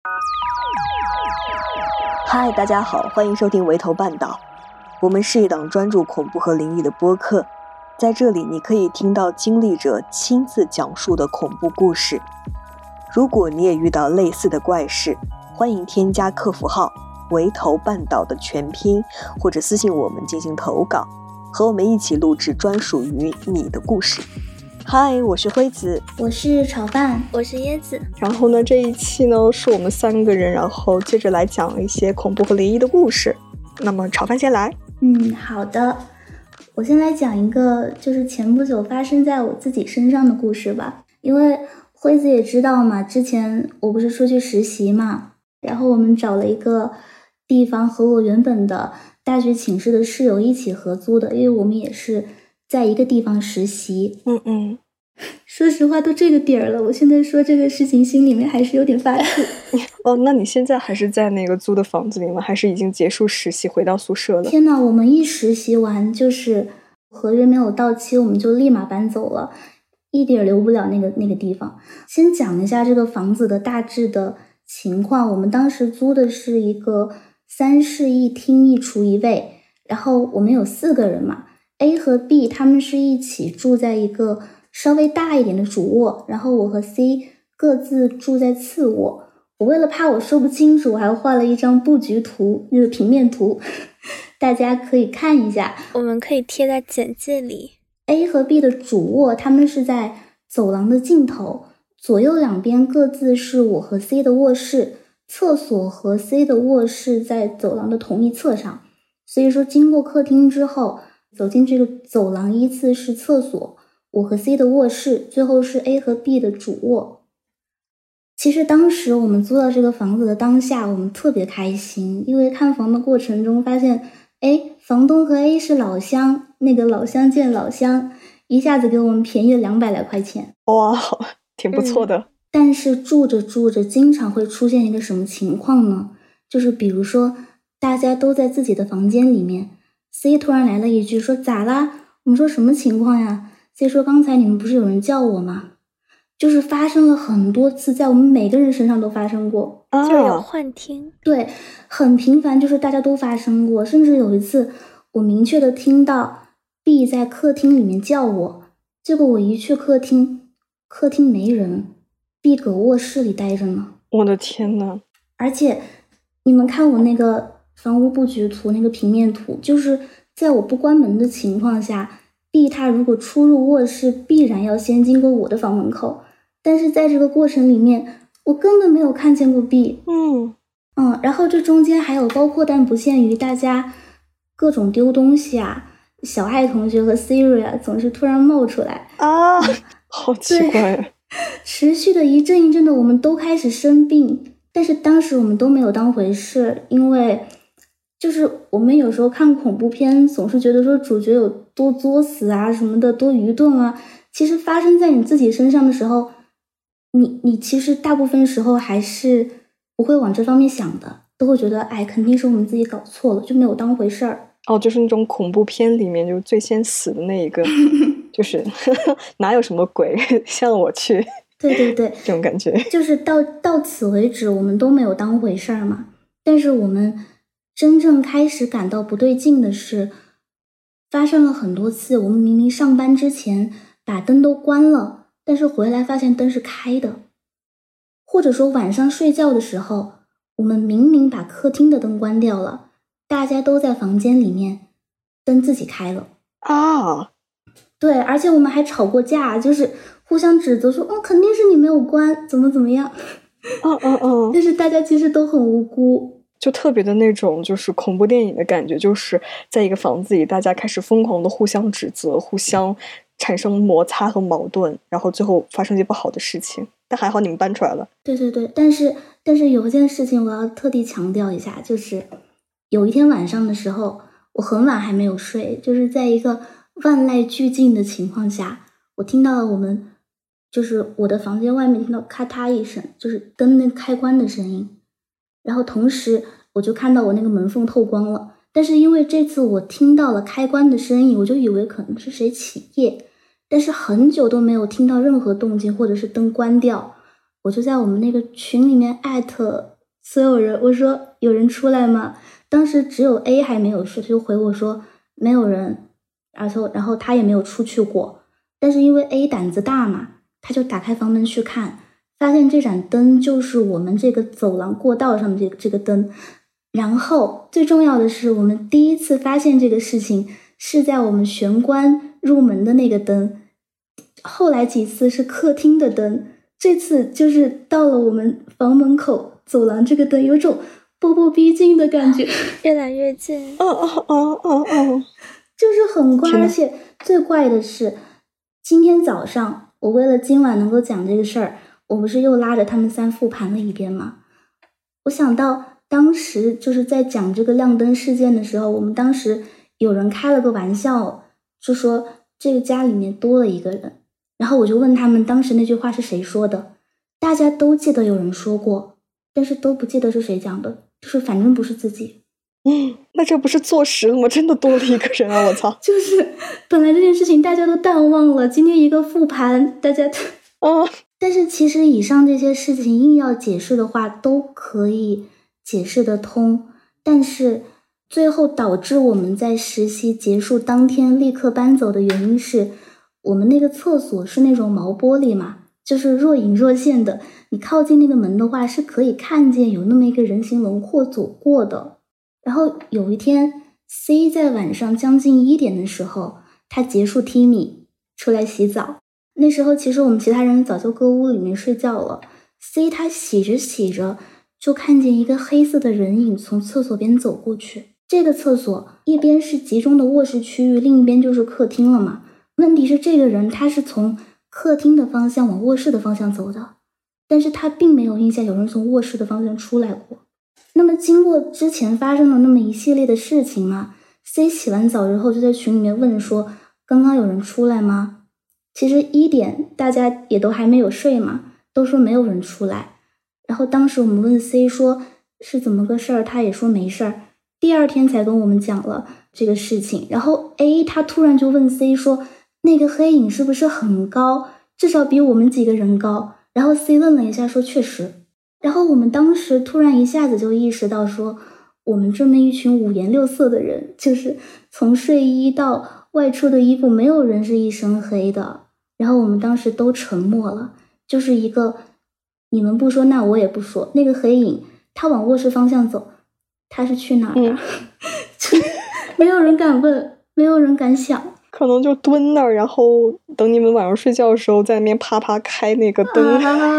嗨，大家好，欢迎收听围头半岛。我们是一档专注恐怖和灵异的播客，在这里你可以听到经历者亲自讲述的恐怖故事。如果你也遇到类似的怪事，欢迎添加客服号围头半岛的全拼，或者私信我们进行投稿，和我们一起录制专属于你的故事。嗨，我是辉子， 我是炒饭， 我是椰子。 然后呢，这一期呢是我们3个人，然后接着来讲一些恐怖和灵异的故事。那么炒饭先来。 好的，我先来讲一个就是前不久发生在我自己身上的故事吧。因为辉子也知道嘛，之前我不是出去实习嘛，然后我们找了一个地方和我原本的大学寝室的室友一起合租的，因为我们也是在一个地方实习。说实话都这个点儿了，我现在说这个事情心里面还是有点发怵。 那你现在还是在那个租的房子里吗？还是已经结束实习回到宿舍了？ 天哪，我们一实习完就是合约没有到期，我们就立马搬走了，一点留不了那个地方。先讲一下这个房子的大致的情况。我们当时租的是一个3室1厅1厨1卫，然后我们有4个人嘛， A 和 B 他们是一起住在一个稍微大一点的主卧，然后我和 C 各自住在次卧。我为了怕我说不清楚，我还画了一张布局图，那个平面图，大家可以看一下， 我们可以贴在简介里。 A 和 B 的主卧他们是在走廊的尽头，左右两边各自是我和 C 的卧室，厕所和 C 的卧室在走廊的同一侧上，所以说经过客厅之后走进这个走廊，依次是厕所，我和 C 的卧室，最后是 A 和 B 的主卧。其实当时我们租到这个房子的当下，我们特别开心，因为看房的过程中发现房东和 A 是老乡，那个老乡见老乡，一下子给我们便宜了200来块钱。 哇，挺不错的。 但是住着住着经常会出现一个什么情况呢？就是比如说大家都在自己的房间里面， C 突然来了一句说咋啦？我们说什么情况呀？ C 说刚才你们不是有人叫我吗？就是发生了很多次，在我们每个人身上都发生过， 就是有幻听。 对，很频繁，就是大家都发生过。甚至有一次我明确的听到 B 在客厅里面叫我，结果我一去客厅，客厅没人， B 搁卧室里待着呢。 我的天哪！ 而且你们看我那个房屋布局图，那个平面图，就是在我不关门的情况下， B 他如果出入卧室必然要先经过我的房门口，但是在这个过程里面我根本没有看见过 B。 然后这中间还有包括但不限于大家各种丢东西啊，小爱同学和 Siri 啊总是突然冒出来啊，好奇怪。 持续的一阵一阵的我们都开始生病，但是当时我们都没有当回事，因为就是我们有时候看恐怖片总是觉得说主角有多作死啊什么的，多愚钝啊，其实发生在你自己身上的时候，你其实大部分时候还是不会往这方面想的，都会觉得肯定是我们自己搞错了，就没有当回事儿。 就是那种恐怖片里面就最先死的那一个就是哪有什么鬼向我去。 对对对， 这种感觉就是到此为止我们都没有当回事儿嘛。但是我们真正开始感到不对劲的是，发生了很多次我们明明上班之前把灯都关了，但是回来发现灯是开的，或者说晚上睡觉的时候我们明明把客厅的灯关掉了，大家都在房间里面，灯自己开了对，而且我们还吵过架，就是互相指责说肯定是你没有关，怎么样但是大家其实都很无辜， 就特别的那种就是恐怖电影的感觉，就是在一个房子里大家开始疯狂的互相指责，互相产生摩擦和矛盾，然后最后发生一些不好的事情。但还好你们搬出来了。 对对对，但是有一件事情我要特地强调一下，就是有一天晚上的时候我很晚还没有睡，就是在一个万籁俱静的情况下，我听到了就是我的房间外面听到咔嗒一声，就是灯那开关的声音，然后同时我就看到我那个门缝透光了，但是因为这次我听到了开关的声音，我就以为可能是谁起夜，但是很久都没有听到任何动静或者是灯关掉， 我就在我们那个群里面艾特所有人，我说有人出来吗？当时只有 A 还没有睡，他就回我说没有人，然后他也没有出去过。但是因为 A 胆子大嘛，他就打开房门去看，发现这盏灯就是我们这个走廊过道上的这个灯。然后最重要的是，我们第一次发现这个事情是在我们玄关入门的那个灯，后来几次是客厅的灯，这次就是到了我们房门口走廊这个灯，有种步步逼近的感觉， 越来越近。 就是很怪。而且最怪的是，今天早上我为了今晚能够讲这个事儿，我不是又拉着他们3复盘了一遍吗？我想到当时就是在讲这个亮灯事件的时候，我们当时有人开了个玩笑，就说这个家里面多了一个人，然后我就问他们当时那句话是谁说的，大家都记得有人说过，但是都不记得是谁讲的，就是反正不是自己。 那这不是坐实了吗？真的多了一个人啊！我操， 就是本来这件事情大家都淡忘了，今天一个复盘，大家但是其实以上这些事情硬要解释的话都可以解释得通，但是最后导致我们在实习结束当天立刻搬走的原因是，我们那个厕所是那种毛玻璃嘛，就是若隐若现的，你靠近那个门的话是可以看见有那么一个人形轮廓走过的。然后有一天 C 在晚上将近1点的时候，他结束 Timmy 出来洗澡，那时候其实我们其他人早就搁屋里面睡觉了。 C 他洗着洗着就看见一个黑色的人影从厕所边走过去，这个厕所一边是集中的卧室区域，另一边就是客厅了嘛。问题是这个人他是从客厅的方向往卧室的方向走的，但是他并没有印象有人从卧室的方向出来过。那么经过之前发生的那么一系列的事情嘛， C 洗完澡之后就在群里面问说刚刚有人出来吗？其实1点大家也都还没有睡嘛，都说没有人出来。然后当时我们问 C 说是怎么个事儿，他也说没事儿，第2天才跟我们讲了这个事情。然后 A 他突然就问 C 说那个黑影是不是很高，至少比我们几个人高。然后 C 愣了一下说确实。然后我们当时突然一下子就意识到说，我们这么一群五颜六色的人，就是从睡衣到外出的衣服，没有人是一身黑的。然后我们当时都沉默了，就是一个你们不说那我也不说。那个黑影他往卧室方向走，他是去哪儿啊？没有人敢问，没有人敢想， 可能就蹲那儿，然后等你们晚上睡觉的时候在那边啪啪开那个灯。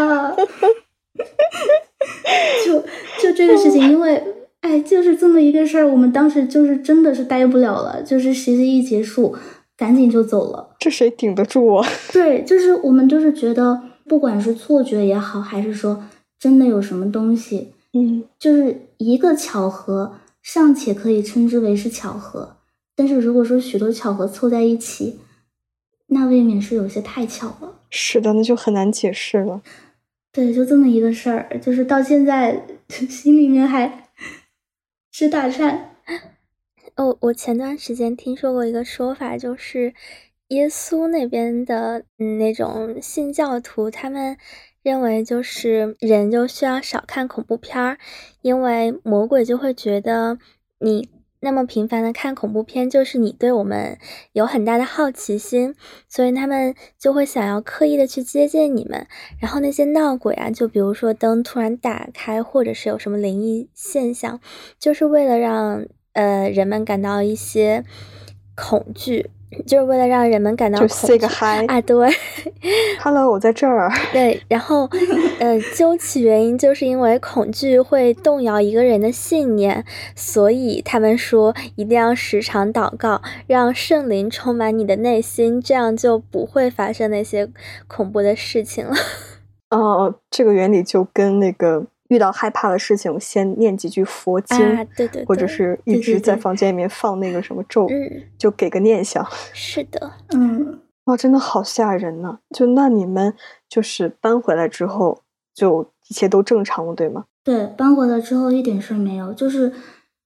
就这个事情，因为就是这么一个事儿，我们当时就是真的是待不了了，就是实习一结束赶紧就走了。 这谁顶得住啊？ 对，就是我们就是觉得不管是错觉也好，还是说真的有什么东西，就是一个巧合尚且可以称之为是巧合，但是如果说许多巧合凑在一起，那未免是有些太巧了。 是的，那就很难解释了。 对，就这么一个事儿，就是到现在心里面还直打颤。 我前段时间听说过一个说法，就是耶稣那边的那种信教徒，他们认为就是人就需要少看恐怖片儿，因为魔鬼就会觉得你那么频繁的看恐怖片，就是你对我们有很大的好奇心，所以他们就会想要刻意的去接近你们。然后那些闹鬼啊，就比如说灯突然打开，或者是有什么灵异现象，就是为了让人们感到一些恐惧，就是为了让人们感到恐惧， 就 say 个 hi 啊，对 ，Hello， 我在这儿。 对，然后究其原因，就是因为恐惧会动摇一个人的信念，所以他们说一定要时常祷告，让圣灵充满你的内心，这样就不会发生那些恐怖的事情了。 这个原理就跟那个遇到害怕的事情先念几句佛经， 对对对， 或者是一直在房间里面放那个什么咒，就给个念想。 是的， 哇，真的好吓人呢！就那你们就是搬回来之后，就一切都正常了，对吗？ 对，搬回来之后一点事儿没有，就是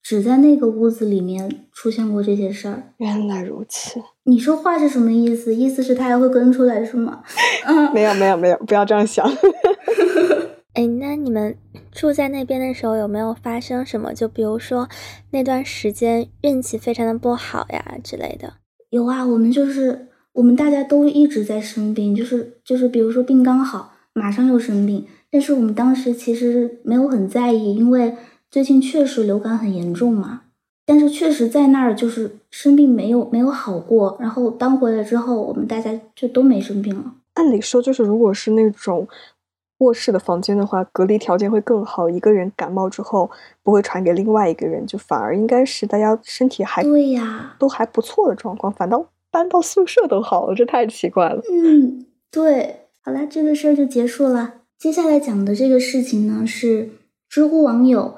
只在那个屋子里面出现过这些事儿。 原来如此。 你说话是什么意思？意思是他还会跟出来是吗？ 没有，不要这样想。 哎，那你们住在那边的时候有没有发生什么？就比如说那段时间运气非常的不好呀之类的。 有啊，我们大家都一直在生病，就是比如说病刚好，马上又生病。但是我们当时其实没有很在意，因为最近确实流感很严重嘛。但是确实在那儿就是生病没有好过，然后当回来之后，我们大家就都没生病了。 按理说就是如果是那种卧室的房间的话，隔离条件会更好，一个人感冒之后不会传给另外一个人，就反而应该是大家身体还对呀， 都还不错的状况，反倒搬到宿舍都好了，这太奇怪了。 对，好了，这个事儿就结束了。接下来讲的这个事情呢，是知乎网友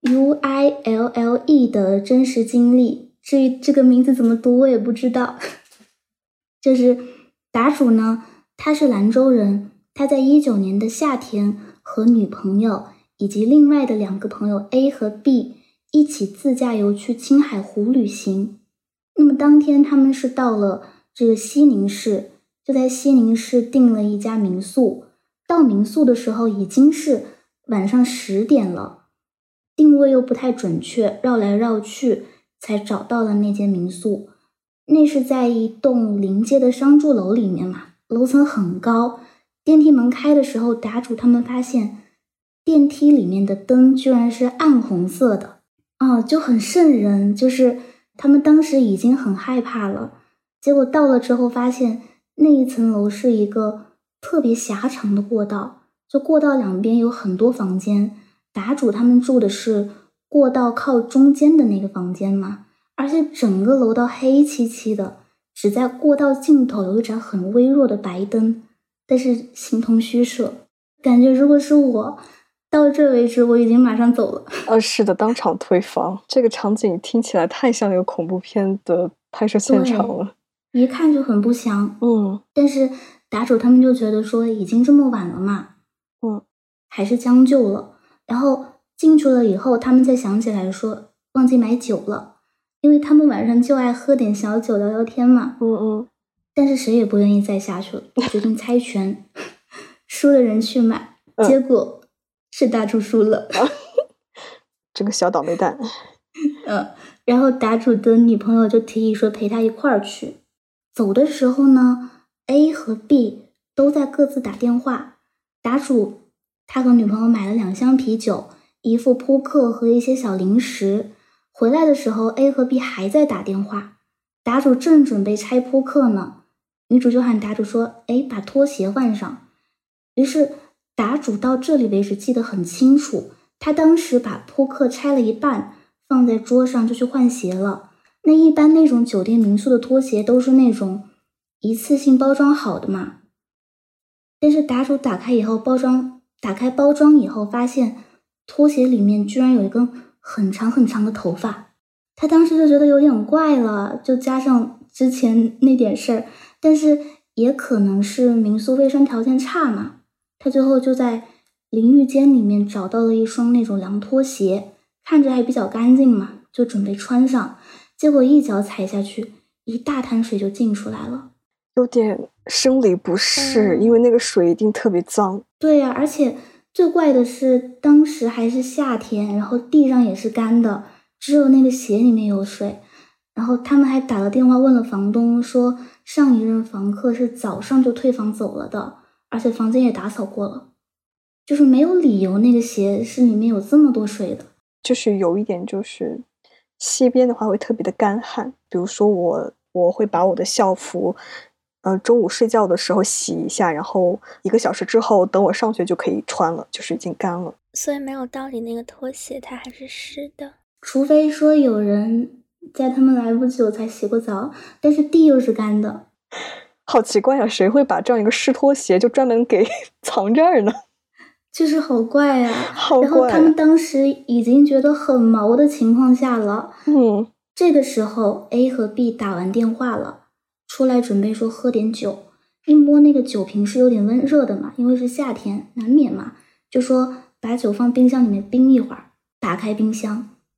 UILLE 的真实经历。至于这个名字怎么读我也不知道。就是答主呢，他是兰州人，他在19年的夏天和女朋友以及另外的2个朋友 A 和 B 一起自驾游去青海湖旅行。那么当天他们是到了这个西宁市，就在西宁市订了一家民宿。到民宿的时候已经是晚上10点了，定位又不太准确，绕来绕去才找到了那间民宿。那是在一栋临街的商住楼里面嘛，楼层很高。电梯门开的时候，答主他们发现电梯里面的灯居然是暗红色的就很瘆人，就是他们当时已经很害怕了。结果到了之后发现那一层楼是一个特别狭长的过道，就过道两边有很多房间，答主他们住的是过道靠中间的那个房间嘛，而且整个楼道黑漆漆的，只在过道尽头有一盏很微弱的白灯，但是形同虚设。感觉如果是我到这为止我已经马上走了。 是的，当场退房。这个场景听起来太像那个恐怖片的拍摄现场了， 一看就很不祥。但是答主他们就觉得说已经这么晚了嘛，还是将就了。然后进去了以后，他们才想起来说忘记买酒了，因为他们晚上就爱喝点小酒聊聊天嘛。但是谁也不愿意再下去了，决定猜拳，输的人去买。结果是答主输了。 这个小倒霉蛋。 然后答主的女朋友就提议说陪他一块儿去。走的时候呢， A 和 B 都在各自打电话。答主他和女朋友买了2箱啤酒，一副扑克和一些小零食。回来的时候 A 和 B 还在打电话，答主正准备拆扑克呢，女主就喊答主说把拖鞋换上。于是答主到这里为止记得很清楚，他当时把扑克拆了一半放在桌上就去换鞋了。那一般那种酒店民宿的拖鞋都是那种一次性包装好的嘛，但是答主打开包装以后发现拖鞋里面居然有一根很长很长的头发。他当时就觉得有点怪了，就加上之前那点事儿，但是也可能是民宿卫生条件差嘛，他最后就在淋浴间里面找到了一双那种凉拖鞋，看着还比较干净嘛，就准备穿上。结果一脚踩下去，一大滩水就进出来了， 有点生理不适，因为那个水一定特别脏。 对呀，而且最怪的是当时还是夏天，然后地上也是干的，只有那个鞋里面有水。然后他们还打了电话问了房东，说上一任房客是早上就退房走了的，而且房间也打扫过了，就是没有理由那个鞋是里面有这么多水的。 就是有一点就是西边的话会特别的干旱，比如说我会把我的校服中午睡觉的时候洗一下，然后1个小时之后等我上学就可以穿了，就是已经干了。 所以没有道理那个拖鞋它还是湿的， 除非说有人在他们来不久才洗过澡，但是地又是干的。 好奇怪啊，谁会把这样一个湿拖鞋就专门给藏这儿呢？ 就是好怪啊， 好怪啊。 然后他们当时已经觉得很毛的情况下了，这个时候 A 和 B 打完电话了，出来准备说喝点酒，一摸那个酒瓶是有点温热的嘛，因为是夏天难免嘛，就说把酒放冰箱里面冰一会儿。打开冰箱，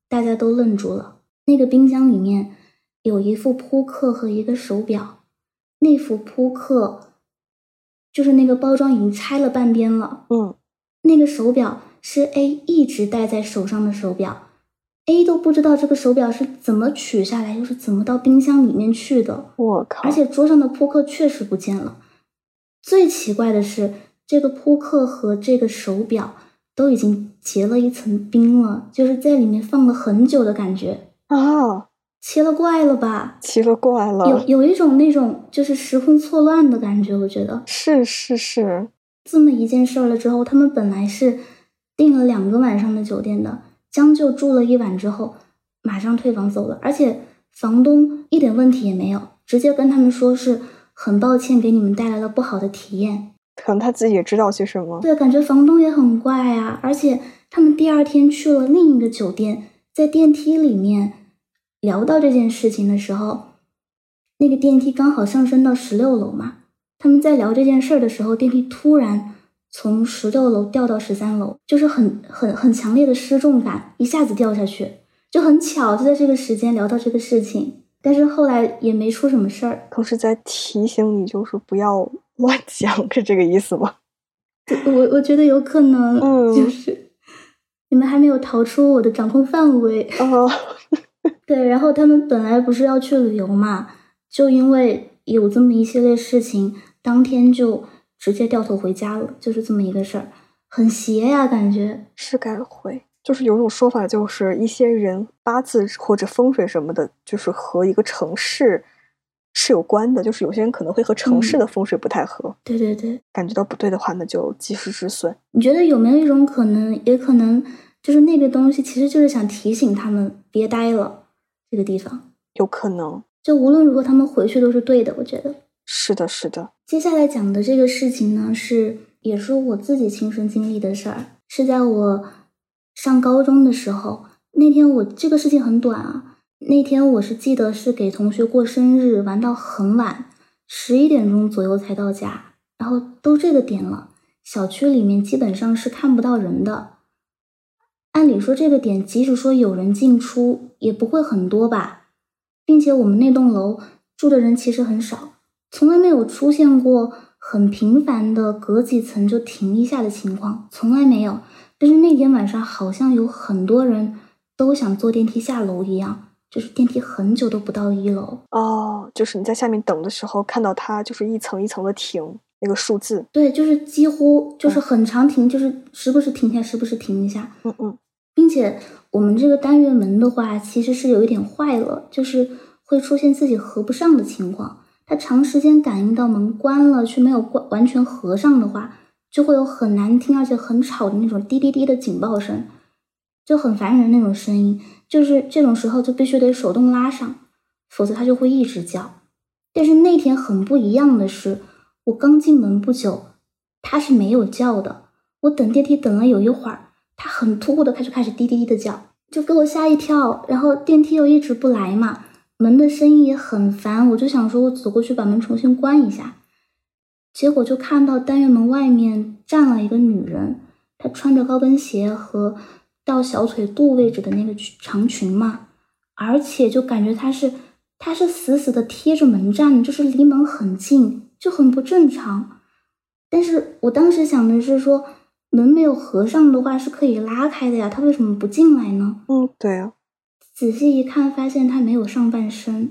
大家都愣住了。那个冰箱里面有一副扑克和一个手表，那副扑克就是那个包装已经拆了半边了，那个手表是 A 一直戴在手上的手表， A 都不知道这个手表是怎么取下来，又是怎么到冰箱里面去的。 我靠！ 而且桌上的扑克确实不见了。最奇怪的是，这个扑克和这个手表都已经结了一层冰了，就是在里面放了很久的感觉啊！ 奇了怪了吧？ 奇了怪了， 有一种那种就是时空错乱的感觉，我觉得是。 这么一件事了之后，他们本来是订了2个晚上的酒店的，将就住了1晚之后，马上退房走了，而且房东一点问题也没有，直接跟他们说是很抱歉给你们带来了不好的体验。 可能他自己也知道些什么。 对，感觉房东也很怪啊。而且他们第2天去了另一个酒店，在电梯里面聊到这件事情的时候，那个电梯刚好上升到16楼嘛，他们在聊这件事的时候，电梯突然从16楼掉到13楼，就是很强烈的失重感，一下子掉下去，就很巧，就在这个时间聊到这个事情，但是后来也没出什么事儿。 可是在提醒你，就是不要乱讲，是这个意思吗？ 我觉得有可能，就是你们还没有逃出我的掌控范围。对，然后他们本来不是要去旅游嘛，就因为有这么一系列事情，当天就直接掉头回家了，就是这么一个事儿，很邪呀，感觉是该会。就是有种说法，就是一些人八字或者风水什么的，就是和一个城市是有关的，就是有些人可能会和城市的风水不太合。 对， 感觉到不对的话，那就及时止损。 你觉得有没有一种可能，也可能就是那个东西其实就是想提醒他们别待了这个地方？ 有可能， 就无论如何他们回去都是对的，我觉得。是的。 接下来讲的这个事情呢，也是我自己亲身经历的事儿，是在我上高中的时候。那天这个事情很短啊，那天我是记得是给同学过生日，玩到很晚，11点钟左右才到家，然后都这个点了，小区里面基本上是看不到人的。按理说这个点即使说有人进出也不会很多吧，并且我们那栋楼住的人其实很少，从来没有出现过很频繁的隔几层就停一下的情况，从来没有。但是那天晚上好像有很多人都想坐电梯下楼一样，就是电梯很久都不到1楼。 就是你在下面等的时候看到它就是一层一层的停那个数字。 对，就是几乎就是很长停，就是时不时停下，时不时停一下。并且我们这个单元门的话其实是有一点坏了，就是会出现自己合不上的情况，它长时间感应到门关了却没有完全合上的话，就会有很难听而且很吵的那种滴滴滴的警报声，就很烦人那种声音，就是这种时候就必须得手动拉上，否则它就会一直叫。但是那天很不一样的是，我刚进门不久，它是没有叫的，我等电梯等了有一会儿，它很突兀的开始滴滴滴的叫，就给我吓一跳。然后电梯又一直不来嘛，门的声音也很烦，我就想说我走过去把门重新关一下，结果就看到单元门外面站了一个女人，她穿着高跟鞋和到小腿肚位置的那个长裙嘛，而且就感觉她是死死的贴着门站，就是离门很近，就很不正常。但是我当时想的是说，门没有合上的话是可以拉开的呀，她为什么不进来呢？ 对啊。 仔细一看发现她没有上半身。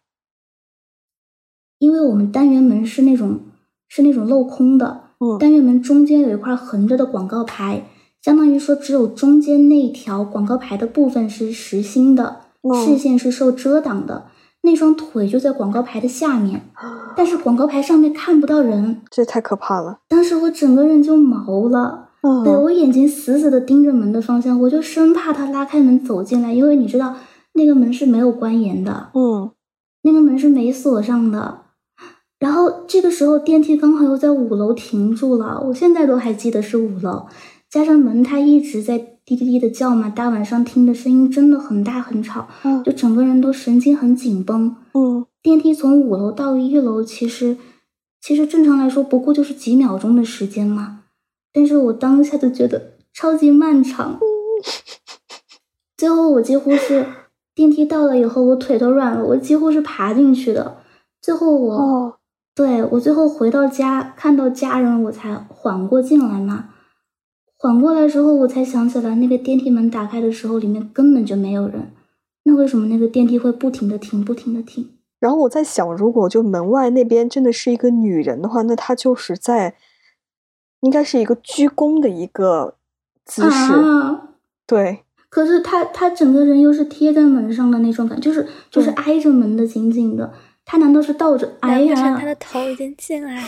因为我们单元门是那种镂空的，单元门中间有一块横着的广告牌，相当于说只有中间那条广告牌的部分是实心的，视线是受遮挡的，那双腿就在广告牌的下面，但是广告牌上面看不到人， 这太可怕了。 当时我整个人就毛了。对，我眼睛死死的盯着门的方向，我就生怕他拉开门走进来，因为你知道那个门是没有关严的，那个门是没锁上的。然后这个时候电梯刚好又在5楼停住了，我现在都还记得是5楼，加上门它一直在滴滴滴的叫嘛，大晚上听的声音真的很大很吵，就整个人都神经很紧绷。电梯从5楼到1楼其实正常来说不过就是几秒钟的时间嘛，但是我当下就觉得超级漫长。 最后我几乎是电梯到了以后，我腿都软了，我几乎是爬进去的。最后我最后回到家，看到家人，我才缓过劲来嘛。缓过来之后，我才想起来那个电梯门打开的时候，里面根本就没有人。那为什么那个电梯会不停的停，不停的停？ 然后我在想，如果就门外那边真的是一个女人的话，那她就是应该是一个鞠躬的一个姿势。对。 可是她整个人又是贴在门上的那种感觉，就是挨着门的紧紧的。她难道是倒着？哎呀， 她的头已经进来了。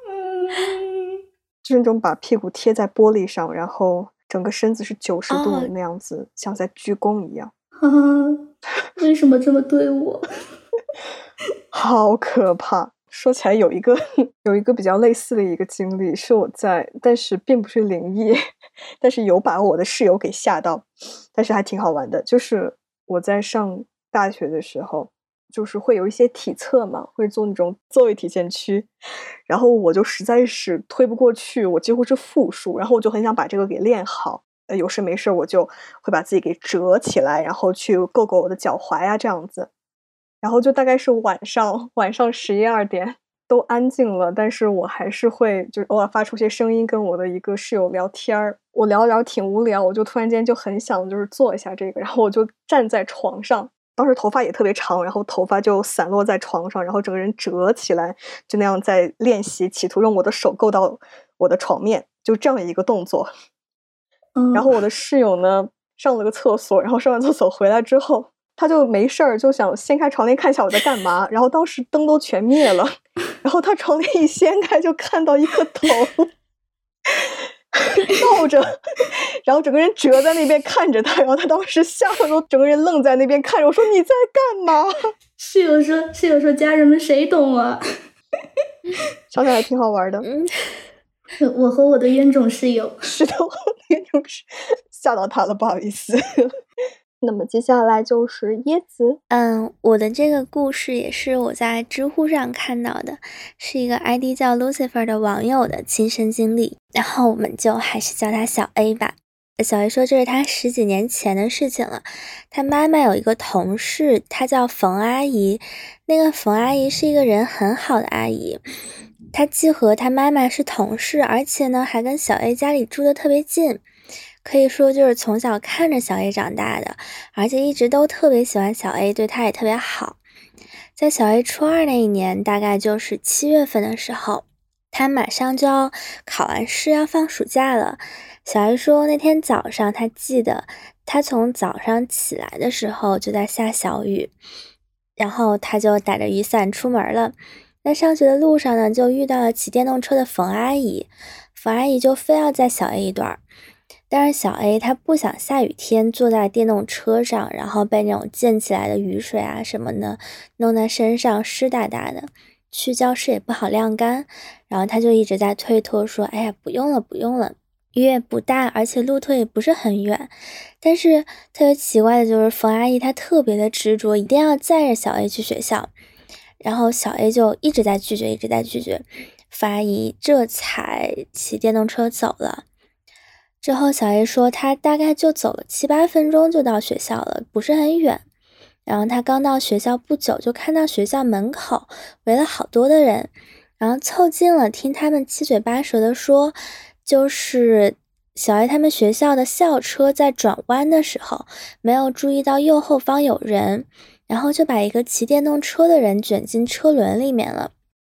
就是那种把屁股贴在玻璃上，然后整个身子是90度的那样子，像在鞠躬一样。 为什么这么对我？ 好可怕！说起来有一个比较类似的一个经历，是我但是并不是灵异，但是有把我的室友给吓到，但是还挺好玩的。就是我在上大学的时候，就是会有一些体测嘛，会做那种座位体前屈，然后我就实在是推不过去，我几乎是负数，然后我就很想把这个给练好。有事没事我就会把自己给折起来，然后去够我的脚踝啊，这样子。然后就大概是晚上11、12点都安静了，但是我还是会就偶尔发出些声音跟我的一个室友聊天。我聊挺无聊，我就突然间就很想就是做一下这个，然后我就站在床上，当时头发也特别长，然后头发就散落在床上，然后整个人折起来，就那样在练习，企图用我的手够到我的床面，就这样一个动作。然后我的室友呢上了个厕所，然后上完厕所回来之后，他就没事儿，就想掀开床帘看一下我在干嘛，然后当时灯都全灭了，然后他床帘一掀开就看到一个头倒着，然后整个人折在那边看着他，然后他当时吓得都整个人愣在那边看着我，说你在干嘛？ 室友说家人们谁懂啊？ 想起来挺好玩的。 我和我的冤种室友。 是的，我冤种室吓到他了，不好意思。那么接下来就是椰子。 我的这个故事也是我在知乎上看到的，是一个 ID 叫 Lucifer 的网友的亲身经历，然后我们就还是叫他小 A 吧。小 A 说这是他10几年前的事情了。他妈妈有一个同事，她叫冯阿姨，那个冯阿姨是一个人很好的阿姨，她既和她妈妈是同事，而且呢还跟小 A 家里住得特别近，可以说就是从小看着小 A 长大的，而且一直都特别喜欢小 A， 对她也特别好。在小 A 初2那一年，大概就是7月份的时候，她马上就要考完试要放暑假了。小 A 说那天早上她记得她从早上起来的时候就在下小雨，然后她就带着雨伞出门了。在上学的路上呢，就遇到了骑电动车的冯阿姨，冯阿姨就非要载小 A 一段，但是小 A 她不想下雨天坐在电动车上，然后被那种溅起来的雨水啊什么的弄在身上湿哒哒的，去教室也不好晾干，然后她就一直在推脱说，哎呀不用了，雨也不大，而且路途也不是很远。但是特别奇怪的就是冯阿姨她特别的执着，一定要载着小 A 去学校，然后小 A 就一直在拒绝，冯阿姨这才骑电动车走了。之后小 A 说她大概就走了7、8分钟就到学校了，不是很远。然后她刚到学校不久，就看到学校门口围了好多的人，然后凑近了听他们七嘴八舌的说，就是小 A 他们学校的校车在转弯的时候没有注意到右后方有人，然后就把一个骑电动车的人卷进车轮里面了。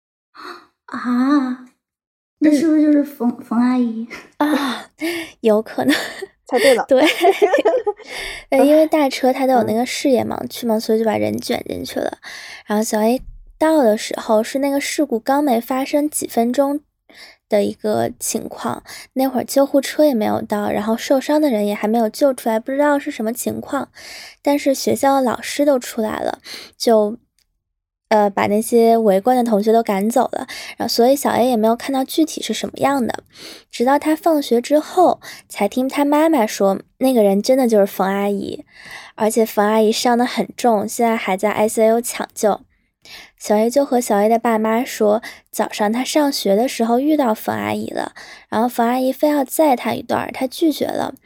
啊，那是不是就是冯阿姨啊？有可能。 猜对了。 对。因为大车它都有那个视野盲区嘛，所以就把人卷进去了。然后小 A 到的时候是那个事故刚没发生几分钟的一个情况，那会儿救护车也没有到，然后受伤的人也还没有救出来，不知道是什么情况。但是学校的老师都出来了，就把那些围观的同学都赶走了，然后所以小 A 也没有看到具体是什么样的，直到他放学之后才听他妈妈说那个人真的就是冯阿姨，而且冯阿姨伤得很重，现在还在 ICU 抢救。小 A 就和小 A 的爸妈说，早上他上学的时候遇到冯阿姨了，然后冯阿姨非要载他一段，他拒绝了。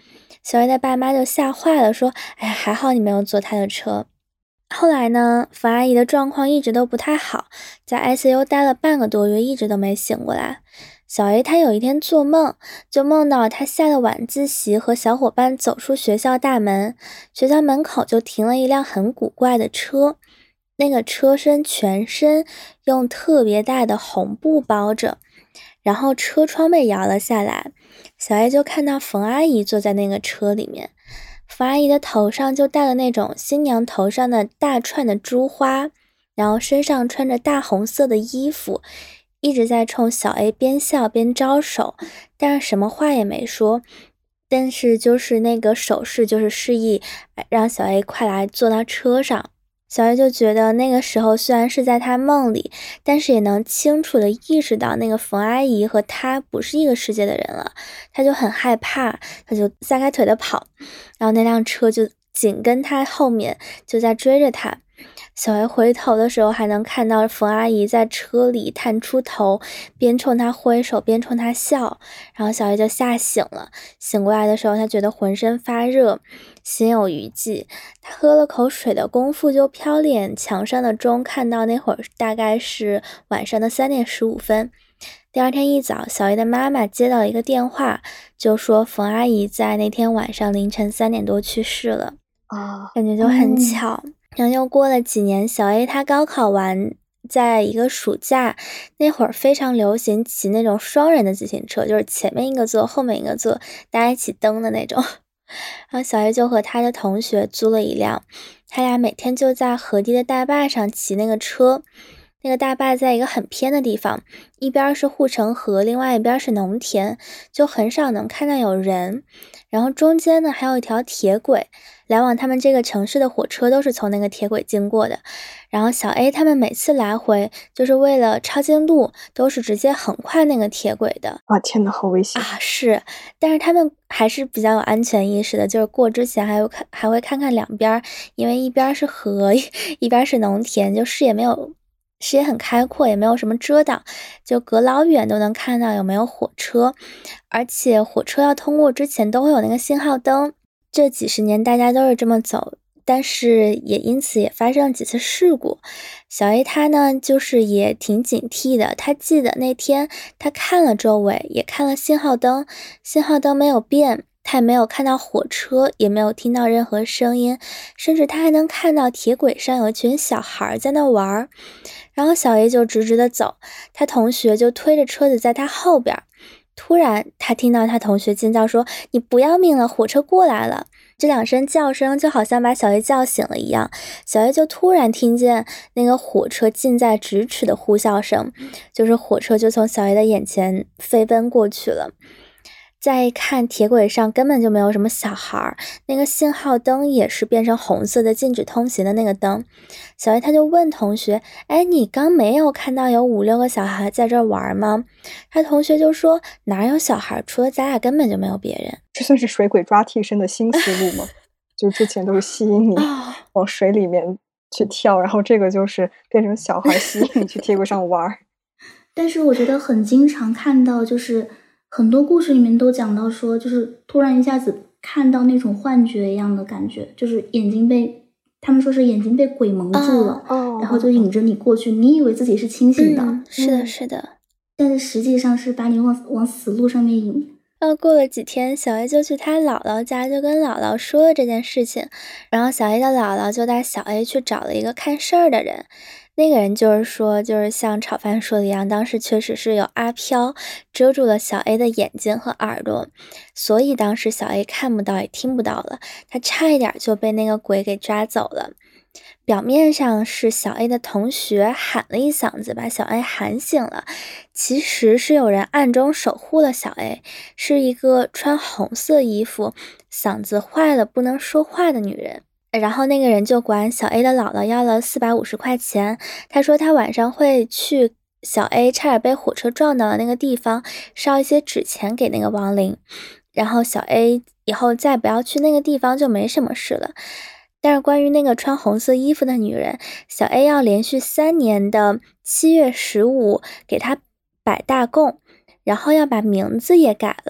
小 A 的爸妈就吓坏了，说：“哎呀，还好你没有坐他的车。”后来呢，冯阿姨的状况一直都不太好，在 ICU 待了半个多月，一直都没醒过来。小 A 她有一天做梦，就梦到她下了晚自习和小伙伴走出学校大门，学校门口就停了一辆很古怪的车，那个车身全身用特别大的红布包着，然后车窗被摇了下来，小 A 就看到冯阿姨坐在那个车里面，冯阿姨的头上就戴了那种新娘头上的大串的珠花，然后身上穿着大红色的衣服，一直在冲小 A 边笑边招手，但是什么话也没说，但是就是那个手势就是示意让小 A 快来坐到车上。小 A 就觉得那个时候虽然是在他梦里，但是也能清楚的意识到那个冯阿姨和他不是一个世界的人了，他就很害怕，他就撒开腿的跑，然后那辆车就紧跟他后面，就在追着他。小 A 回头的时候还能看到冯阿姨在车里探出头，边冲他挥手边冲他笑，然后小 A 就吓醒了。醒过来的时候，他觉得浑身发热，心有余悸。他喝了口水的功夫，就瞟脸墙上的钟，看到那会儿大概是晚上的3点15分。第二天一早，小 A 的妈妈接到一个电话，就说冯阿姨在那天晚上凌晨3点多去世了。感觉就很巧。然后又过了几年，小 A 她高考完，在一个暑假，那会儿非常流行骑那种双人的自行车，就是前面一个坐，后面一个坐，大家一起蹬的那种。然后小 A 就和他的同学租了一辆，他俩每天就在河堤的大坝上骑那个车。那个大坝在一个很偏的地方，一边是护城河，另外一边是农田，就很少能看到有人。然后中间呢还有一条铁轨，来往他们这个城市的火车都是从那个铁轨经过的。然后小 A 他们每次来回就是为了抄近路，都是直接横跨那个铁轨的。 啊，天哪，好危险啊！是，但是他们还是比较有安全意识的，就是过之前还会看看两边，因为一边是河，一边是农田，就视野很开阔，也没有什么遮挡，就隔老远都能看到有没有火车，而且火车要通过之前都会有那个信号灯。这几十年大家都是这么走，但是也因此也发生了几次事故。小 A 他呢就是也挺警惕的，他记得那天他看了周围，也看了信号灯，信号灯没有变，他也没有看到火车，也没有听到任何声音，甚至他还能看到铁轨上有一群小孩在那玩。然后小 A 就直直的走，他同学就推着车子在他后边。突然他听到他同学尖叫说：“你不要命了，火车过来了！”这两声叫声就好像把小 A 叫醒了一样，小 A 就突然听见那个火车近在咫尺的呼啸声，就是火车就从小 A 的眼前飞奔过去了。再一看，铁轨上根本就没有什么小孩，那个信号灯也是变成红色的禁止通行的那个灯。小 A 他就问同学：“哎，你刚没有看到有5、6个小孩在这玩吗？”他同学就说：“哪有小孩，除了咱俩根本就没有别人。” 这算是水鬼抓替身的新思路吗？就之前都是吸引你往水里面去跳，然后这个就是变成小孩吸引你去铁轨上玩。 但是我觉得很经常看到，就是很多故事里面都讲到说，就是突然一下子看到那种幻觉一样的感觉，就是他们说是眼睛被鬼蒙住了，然后就引着你过去，你以为自己是清醒的， 是的，是的， 但是实际上是把你往死路上面引。 过了几天，小 A 就去他姥姥家，就跟姥姥说了这件事情，然后小 A 的姥姥就带小 A 去找了一个看事儿的人。那个人就是说，就是像炒饭说的一样，当时确实是有阿飘遮住了小 A 的眼睛和耳朵，所以当时小 A 看不到也听不到了，他差一点就被那个鬼给抓走了。表面上是小 A 的同学喊了一嗓子把小 A 喊醒了，其实是有人暗中守护了小 A， 是一个穿红色衣服嗓子坏了不能说话的女人。然后那个人就管小 A 的姥姥要了450块钱，他说他晚上会去小 A 差点被火车撞到的那个地方烧一些纸钱给那个亡灵，然后小 A 以后再不要去那个地方就没什么事了。但是关于那个穿红色衣服的女人，小 A 要连续3年的7月15给她摆大供，然后要把名字也改了，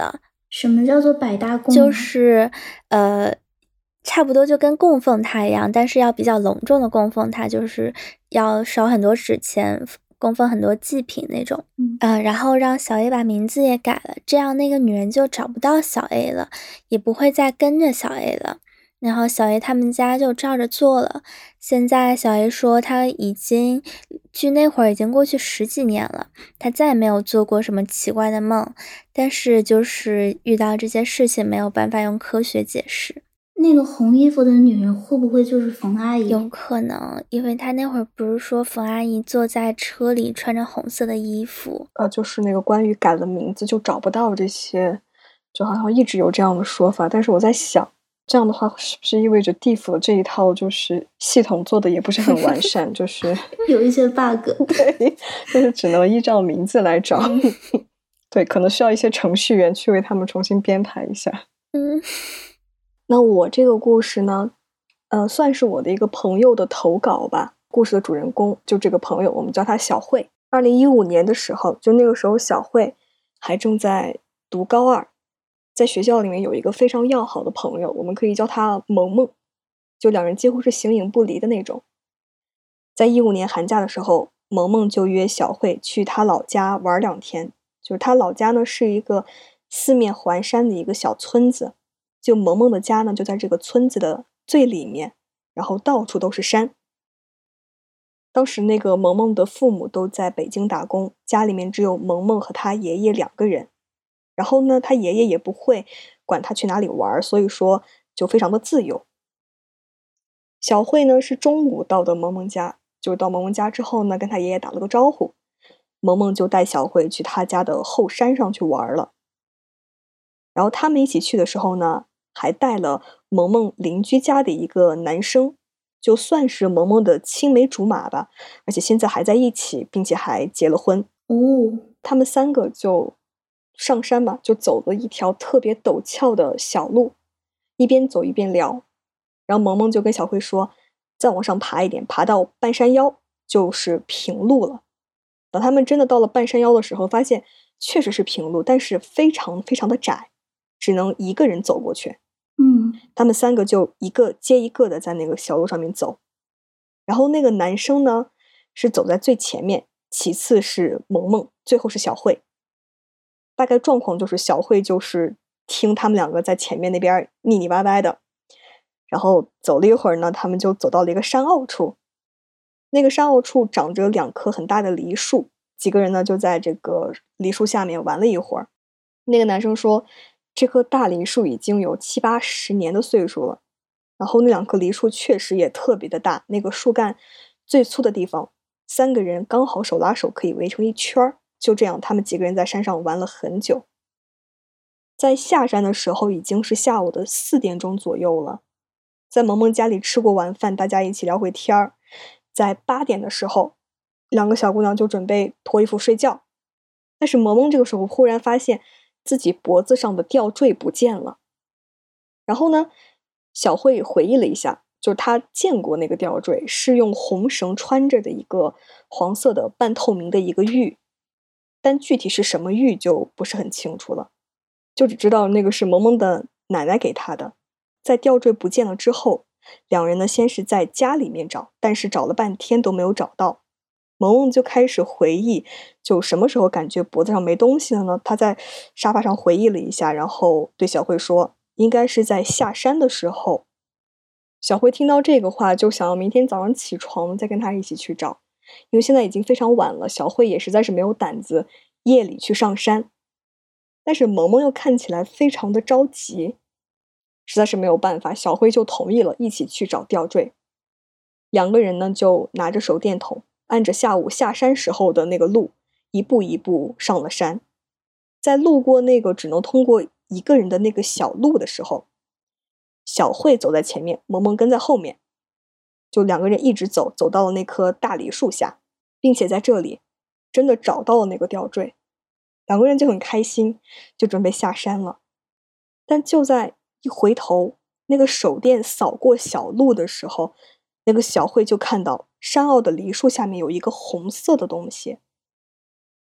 什么叫做百大供？ 就是差不多就跟供奉他一样，但是要比较隆重的供奉他，就是要烧很多纸钱，供奉很多祭品那种。然后让小 A 把名字也改了，这样那个女人就找不到小 A 了，也不会再跟着小 A 了。然后小 A 他们家就照着做了。现在小 A 说他距那会儿已经过去10几年了，他再也没有做过什么奇怪的梦，但是就是遇到这些事情没有办法用科学解释。 那个红衣服的女人会不会就是冯阿姨？ 有可能，因为他那会儿不是说冯阿姨坐在车里穿着红色的衣服。 就是那个关于改了名字就找不到这些，就好像一直有这样的说法。但是我在想，这样的话是不是意味着地府的这一套就是系统做的也不是很完善，就是有一些 bug。 对，就是只能依照名字来找。对，可能需要一些程序员去为他们重新编排一下。那我这个故事呢，算是我的一个朋友的投稿吧。故事的主人公就这个朋友，我们叫他小慧。2015年的时候，就那个时候小慧还正在读高2，在学校里面有一个非常要好的朋友，我们可以叫他萌萌，就两人几乎是形影不离的那种。在15年寒假的时候，萌萌就约小慧去他老家玩2天。就是他老家呢是一个四面环山的一个小村子，就萌萌的家呢就在这个村子的最里面，然后到处都是山。当时那个萌萌的父母都在北京打工，家里面只有萌萌和他爷爷2个人。然后呢，他爷爷也不会管他去哪里玩，所以说就非常的自由。小慧呢是中午到的萌萌家，就到萌萌家之后呢，跟他爷爷打了个招呼，萌萌就带小慧去他家的后山上去玩了。然后他们一起去的时候呢，还带了萌萌邻居家的一个男生，就算是萌萌的青梅竹马吧，而且现在还在一起，并且还结了婚。他们3个就上山嘛，就走了一条特别陡峭的小路，一边走一边聊。然后萌萌就跟小慧说，再往上爬一点，爬到半山腰就是平路了。等他们真的到了半山腰的时候，发现确实是平路，但是非常非常的窄，只能一个人走过去。他们3个就一个接一个的在那个小路上面走。然后那个男生呢是走在最前面，其次是萌萌，最后是小慧。大概状况就是小慧就是听他们2个在前面那边腻腻歪歪的，然后走了一会儿呢，他们就走到了一个山坳处。那个山坳处长着2棵很大的梨树，几个人呢就在这个梨树下面玩了一会儿。那个男生说，这棵大梨树已经有70、80年的岁数了，然后那2棵梨树确实也特别的大，那个树干最粗的地方，3个人刚好手拉手可以围成一圈。就这样他们几个人在山上玩了很久。在下山的时候已经是下午的4点钟左右了，在萌萌家里吃过晚饭，大家一起聊会天儿。在8点的时候，2个小姑娘就准备脱衣服睡觉，但是萌萌这个时候忽然发现自己脖子上的吊坠不见了。然后呢，小慧回忆了一下，就是她见过那个吊坠，是用红绳穿着的一个黄色的半透明的一个玉，但具体是什么玉就不是很清楚了，就只知道那个是萌萌的奶奶给她的。在吊坠不见了之后，2人呢先是在家里面找，但是找了半天都没有找到。萌萌就开始回忆，就什么时候感觉脖子上没东西了呢？他在沙发上回忆了一下，然后对小慧说，应该是在下山的时候。小慧听到这个话，就想要明天早上起床再跟他一起去找，因为现在已经非常晚了，小慧也实在是没有胆子夜里去上山。但是萌萌又看起来非常的着急，实在是没有办法，小慧就同意了一起去找吊坠。2个人呢就拿着手电筒，按着下午下山时候的那个路，一步一步上了山。在路过那个只能通过一个人的那个小路的时候，小慧走在前面，萌萌跟在后面，就2个人一直走，走到了那棵大梨树下，并且在这里真的找到了那个吊坠。2个人就很开心，就准备下山了。但就在一回头，那个手电扫过小路的时候，那个小慧就看到山坳的梨树下面有一个红色的东西。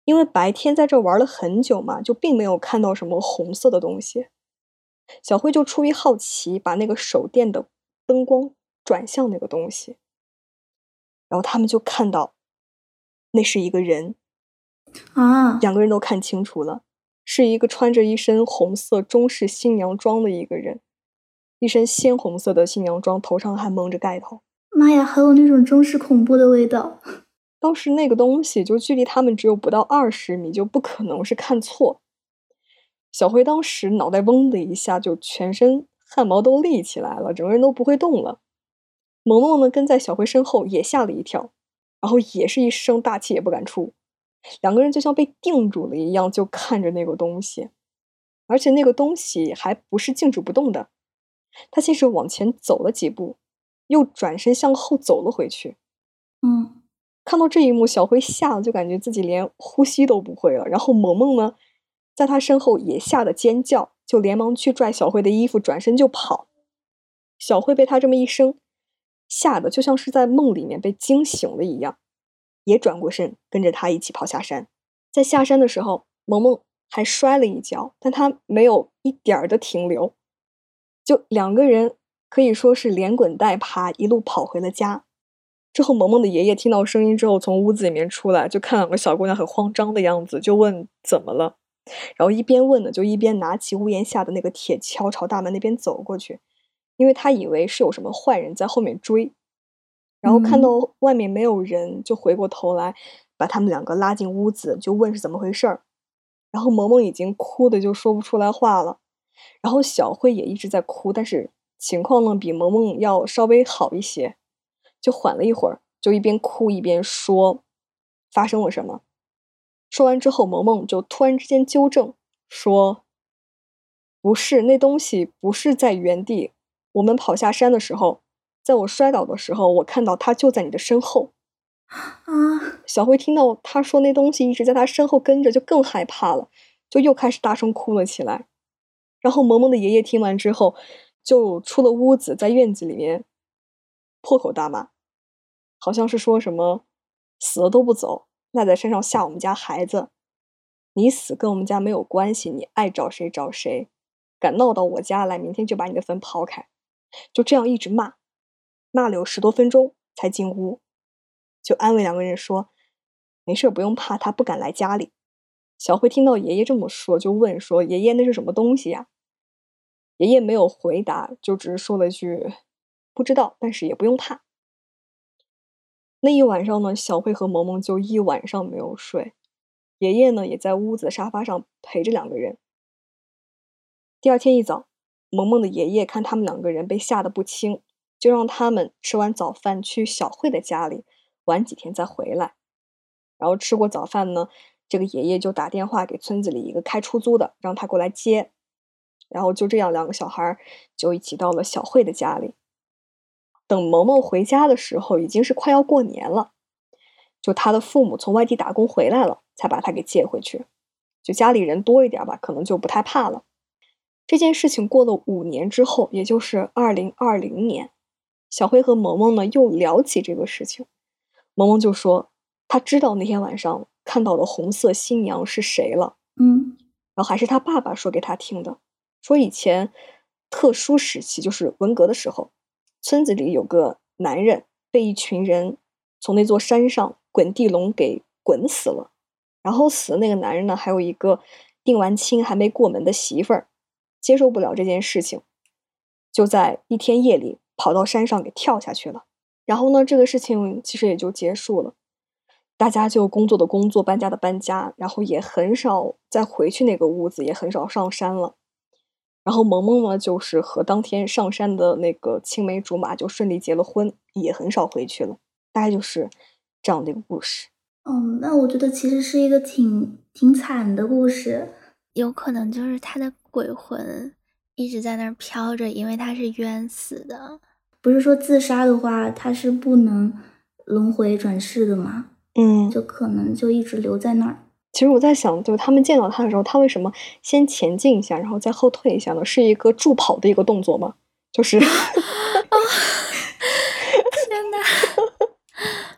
因为白天在这玩了很久嘛，就并没有看到什么红色的东西。小慧就出于好奇，把那个手电的灯光转向那个东西，然后他们就看到那是一个人啊， 两个人都看清楚了，是一个穿着一身红色中式新娘装的一个人，一身鲜红色的新娘装，头上还蒙着盖头。 妈呀，还有那种中式恐怖的味道。 当时那个东西就距离他们只有不到20米，就不可能是看错。小辉当时脑袋嗡的一下，就全身汗毛都立起来了，整个人都不会动了。萌萌呢跟在小辉身后也吓了一跳，然后也是一声大气也不敢出，两个人就像被定住了一样，就看着那个东西。而且那个东西还不是静止不动的，他先是往前走了几步，又转身向后走了回去。看到这一幕，小辉吓得就感觉自己连呼吸都不会了。然后萌萌呢，在他身后也吓得尖叫，就连忙去拽小辉的衣服，转身就跑。小辉被他这么一声，吓得就像是在梦里面被惊醒了一样，也转过身跟着他一起跑下山。在下山的时候，萌萌还摔了一跤，但他没有一点儿的停留，就两个人可以说是连滚带爬，一路跑回了家。之后萌萌的爷爷听到声音之后从屋子里面出来，就看两个小姑娘很慌张的样子，就问怎么了。然后一边问呢，就一边拿起屋檐下的那个铁锹朝大门那边走过去，因为他以为是有什么坏人在后面追。然后看到外面没有人，就回过头来把他们两个拉进屋子，就问是怎么回事儿。然后萌萌已经哭的就说不出来话了，然后小慧也一直在哭，但是情况呢比萌萌要稍微好一些，就缓了一会儿，就一边哭一边说发生了什么。说完之后，萌萌就突然之间纠正说，不是，那东西不是在原地，我们跑下山的时候，在我摔倒的时候，我看到它就在你的身后。小慧听到他说那东西一直在他身后跟着，就更害怕了，就又开始大声哭了起来。然后萌萌的爷爷听完之后，就出了屋子，在院子里面破口大骂，好像是说什么死了都不走，赖在山上吓我们家孩子，你死跟我们家没有关系，你爱找谁找谁，敢闹到我家来，明天就把你的坟刨开。就这样一直骂，骂了有10多分钟才进屋，就安慰两个人说没事不用怕，他不敢来家里。小慧听到爷爷这么说，就问说爷爷那是什么东西呀？爷爷没有回答，就只是说了句不知道，但是也不用怕。那一晚上呢，小慧和萌萌就一晚上没有睡，爷爷呢也在屋子的沙发上陪着两个人。第二天一早，萌萌的爷爷看他们两个人被吓得不轻，就让他们吃完早饭去小慧的家里晚几天再回来。然后吃过早饭呢，这个爷爷就打电话给村子里一个开出租的，让他过来接。然后就这样两个小孩就一起到了小慧的家里。等萌萌回家的时候，已经是快要过年了，就他的父母从外地打工回来了，才把他给接回去。就家里人多一点吧，可能就不太怕了。这件事情过了5年之后，也就是2020年，小辉和萌萌呢又聊起这个事情。萌萌就说他知道那天晚上看到的红色新娘是谁了，然后还是他爸爸说给他听的，说以前特殊时期，就是文革的时候，村子里有个男人被一群人从那座山上滚地龙给滚死了，然后死的那个男人呢，还有一个定完亲还没过门的媳妇儿，接受不了这件事情，就在一天夜里跑到山上给跳下去了。然后呢，这个事情其实也就结束了，大家就工作的工作，搬家的搬家，然后也很少再回去那个屋子，也很少上山了。然后萌萌呢，就是和当天上山的那个青梅竹马就顺利结了婚，也很少回去了。大概就是这样的一个故事。 那我觉得其实是一个挺惨的故事。 有可能就是他的鬼魂一直在那儿飘着，因为他是冤死的。 不是说自杀的话，他是不能轮回转世的吗？就可能就一直留在那儿。 其实我在想，就他们见到他的时候，他为什么先前进一下，然后再后退一下呢？是一个助跑的一个动作吗？就是， 天哪！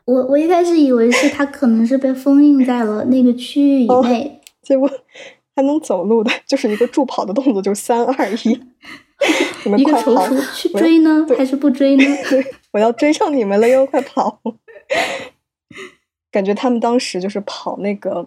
我一开始以为是他可能是被封印在了那个区域以内， 结果还能走路的，就是一个助跑的动作，就3、2、1，你们一个快跑！ 踌躇去追呢，还是不追呢？ 对，我要追上你们了哟，快跑！感觉他们当时就是跑那个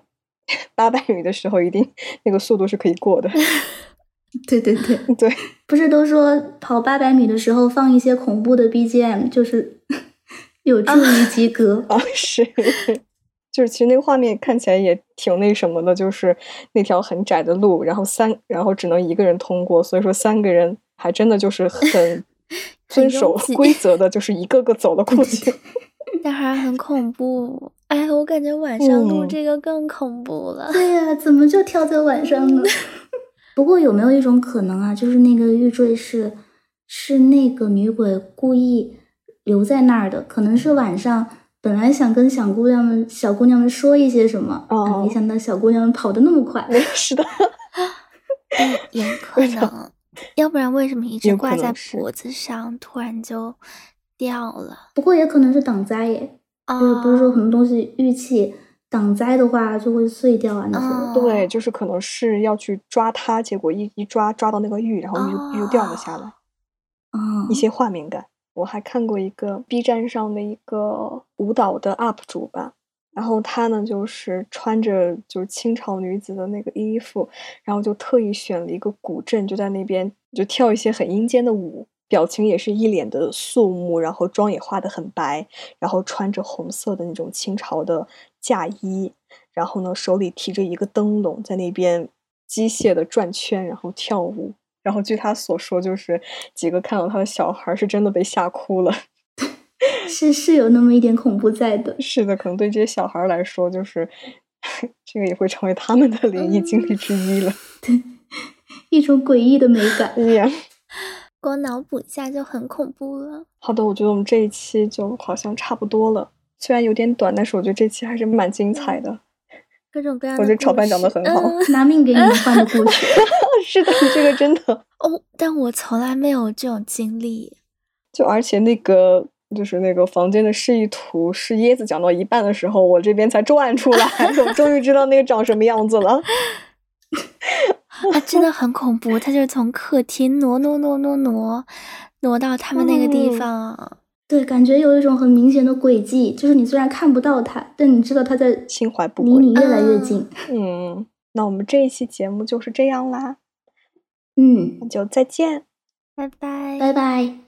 800米的时候，一定那个速度是可以过的。 对对不是都说跑800米的时候放一些恐怖的 BGM， 就是有助于及格啊？是，就是其实那个画面看起来也挺那什么的，就是那条很窄的路，然后只能1个人通过，所以说3个人还真的就是很遵守规则的，就是一个个走了过去。 但还很恐怖，哎，我感觉晚上录这个更恐怖了。 对呀，怎么就挑在晚上呢？不过有没有一种可能啊，就是那个玉坠是那个女鬼故意留在那儿的，可能是晚上本来想跟小姑娘们说一些什么，没想到小姑娘们跑得那么快。 是的， 有可能，要不然为什么一直挂在脖子上，突然就掉了？ 不过也可能是挡灾耶，就是不是说很多东西玉器挡灾的话就会碎掉啊那些。 对，就是可能是要去抓它，结果一抓到那个玉，然后玉就掉了下来。一些画面感。我还看过一个 B 站上的一个舞蹈的 UP 主吧，然后他呢就是穿着就是清朝女子的那个衣服，然后就特意选了一个古镇，就在那边就跳一些很阴间的舞，表情也是一脸的肃穆，然后妆也化得很白，然后穿着红色的那种清朝的嫁衣，然后呢手里提着一个灯笼，在那边机械的转圈，然后跳舞。然后据他所说，就是几个看到他的小孩是真的被吓哭了。 是有那么一点恐怖在的。 是的，可能对这些小孩来说，就是这个也会成为他们的灵异经历之一了。 对，一种诡异的美感。 光脑补一下就很恐怖了。 好的，我觉得我们这一期就好像差不多了，虽然有点短，但是我觉得这期还是蛮精彩的。 各种各样的， 我觉得炒饭讲得很好， 拿命给你们换的故事。 是的，这个真的但我从来没有这种经历。 就而且那个就是那个房间的示意图是椰子讲到一半的时候，我这边才转出来，我终于知道那个长什么样子了。 真的很恐怖，他就是从客厅挪到他们那个地方。 对，感觉有一种很明显的轨迹，就是你虽然看不到他，但你知道他在心怀不轨， 离你越来越近。 那我们这一期节目就是这样啦。那就再见， 拜拜， 拜拜。